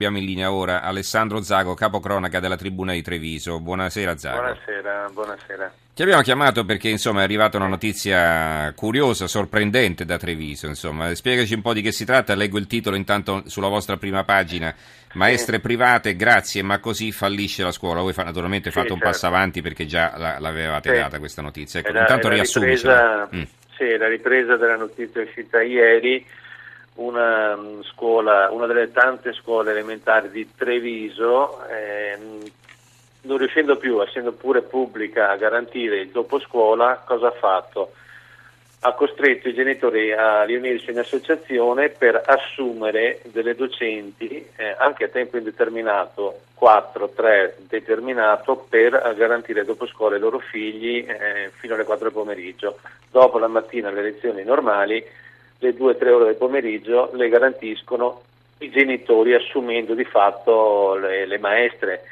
Abbiamo in linea ora Alessandro Zago, capocronaca della Tribuna di Treviso. Buonasera Zago. Buonasera. Ti abbiamo chiamato perché insomma è arrivata una notizia curiosa, sorprendente da Treviso. Insomma, spiegaci un po' di che si tratta. Leggo il titolo intanto sulla vostra prima pagina. Maestre private, grazie, ma così fallisce la scuola. Voi naturalmente fate un passo avanti perché già l'avevate data questa notizia. Ecco, intanto riassumicela. La ripresa della notizia uscita ieri. Una delle tante scuole elementari di Treviso, non riuscendo più, essendo pure pubblica, a garantire il dopo scuola, cosa ha fatto? Ha costretto i genitori a riunirsi in associazione per assumere delle docenti, anche a tempo indeterminato, 4-3 determinato, per garantire dopo scuola ai loro figli fino alle 4 del pomeriggio. Dopo la mattina le lezioni normali, le 2-3 ore del pomeriggio le garantiscono i genitori, assumendo di fatto le maestre.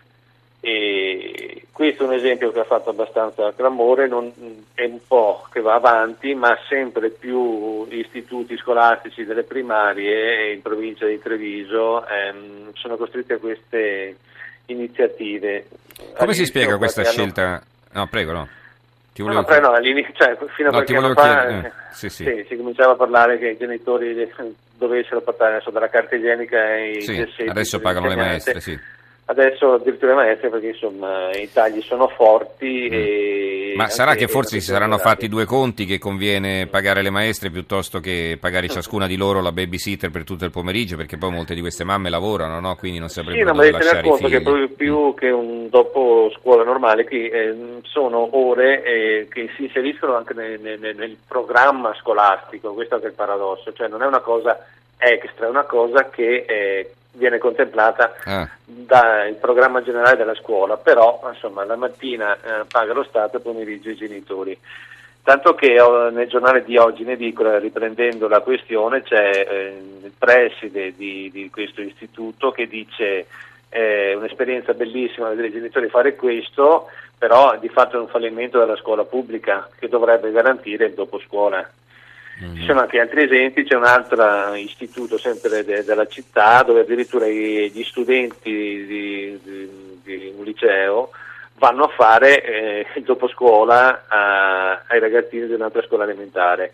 E questo è un esempio che ha fatto abbastanza clamore, è un po' che va avanti, ma sempre più istituti scolastici delle primarie in provincia di Treviso sono costretti a queste iniziative. Come si spiega questa scelta? No, prego, no. Fino a qualche anno fa si cominciava a parlare che i genitori dovessero portare adesso dalla carta igienica ai gessetti. Adesso pagano le maestre, sì. Adesso addirittura le maestre, perché insomma i tagli sono forti. Ma sarà che forse si saranno fatti due conti, che conviene pagare le maestre piuttosto che pagare ciascuna di loro la babysitter per tutto il pomeriggio, perché poi molte di queste mamme lavorano, no? Quindi non saprebbero dove lasciare i figli. Sì, ma devi tener conto che più che un dopo scuola normale, qui sono ore che si inseriscono anche nel programma scolastico. Questo è anche il paradosso, cioè non è una cosa extra, è una cosa che viene contemplata dal programma generale della scuola, però insomma la mattina paga lo Stato e il pomeriggio i genitori. Tanto che nel giornale di oggi, in edicola, riprendendo la questione, c'è il preside di questo istituto che dice un'esperienza bellissima vedere i genitori fare questo, però di fatto è un fallimento della scuola pubblica che dovrebbe garantire il dopo scuola. Ci sono anche altri esempi, c'è un altro istituto sempre della città dove addirittura gli studenti di un liceo vanno a fare il dopo scuola ai ragazzini di un'altra scuola elementare.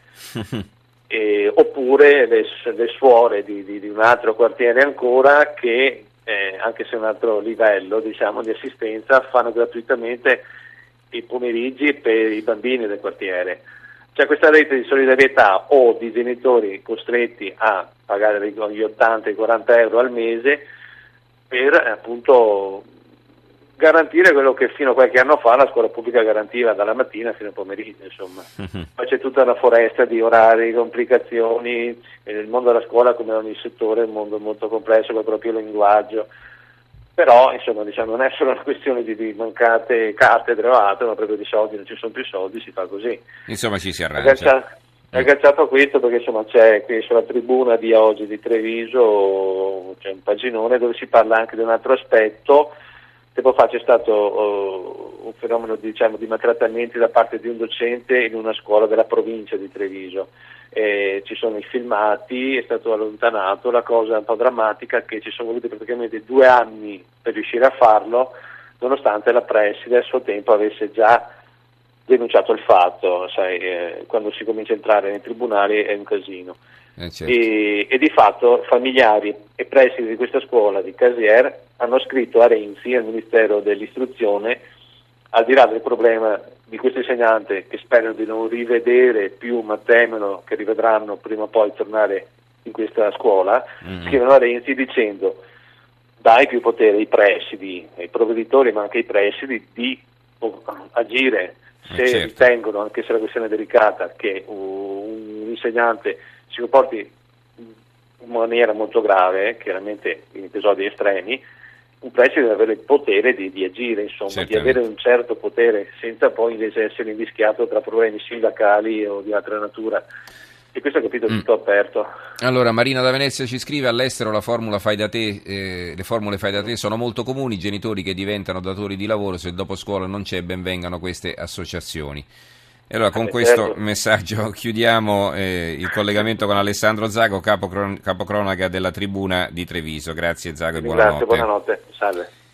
Oppure le suore di un altro quartiere ancora che, anche se è un altro livello diciamo di assistenza, fanno gratuitamente i pomeriggi per i bambini del quartiere. C'è questa rete di solidarietà o di genitori costretti a pagare gli 80 e 40 euro al mese per appunto garantire quello che fino a qualche anno fa la scuola pubblica garantiva dalla mattina fino al pomeriggio, insomma. Poi c'è tutta una foresta di orari, complicazioni, e nel mondo della scuola, come ogni settore, è un mondo molto complesso con il proprio linguaggio. Però insomma diciamo non è solo una questione di mancate cattedre o altro, ma proprio di soldi, non ci sono più soldi, si fa così. Insomma ci si arrangia. È agganciato a questo perché insomma c'è qui sulla tribuna di oggi di Treviso, c'è un paginone dove si parla anche di un altro aspetto. Tempo fa c'è stato un fenomeno diciamo di maltrattamenti da parte di un docente in una scuola della provincia di Treviso. Ci sono i filmati, è stato allontanato. La cosa un po' drammatica è che ci sono voluti praticamente 2 anni per riuscire a farlo, nonostante la preside a suo tempo avesse già denunciato il fatto. Sai, quando si comincia a entrare nei tribunali è un casino. Certo. E di fatto familiari e presidi di questa scuola di Casier hanno scritto a Renzi, al Ministero dell'Istruzione, al di là del problema di questo insegnante che sperano di non rivedere più, ma temono che rivedranno prima o poi tornare in questa scuola, scrivono a Renzi dicendo: dai più potere ai presidi, ai provveditori, ma anche ai presidi, di agire se ritengono, anche se la questione è delicata, che un insegnante si comporti in maniera molto grave, chiaramente in episodi estremi. Un preside deve avere il potere di agire, insomma, di avere un certo potere senza poi invece essere invischiato tra problemi sindacali o di altra natura. E questo è capito tutto aperto. Allora, Marina da Venezia ci scrive: all'estero le formule fai da te sono molto comuni, i genitori che diventano datori di lavoro, se dopo scuola non c'è, ben vengano queste associazioni. E allora con questo messaggio chiudiamo il collegamento con Alessandro Zago, capocronaca della Tribuna di Treviso. Grazie Zago e buonanotte. Grazie, buonanotte, salve.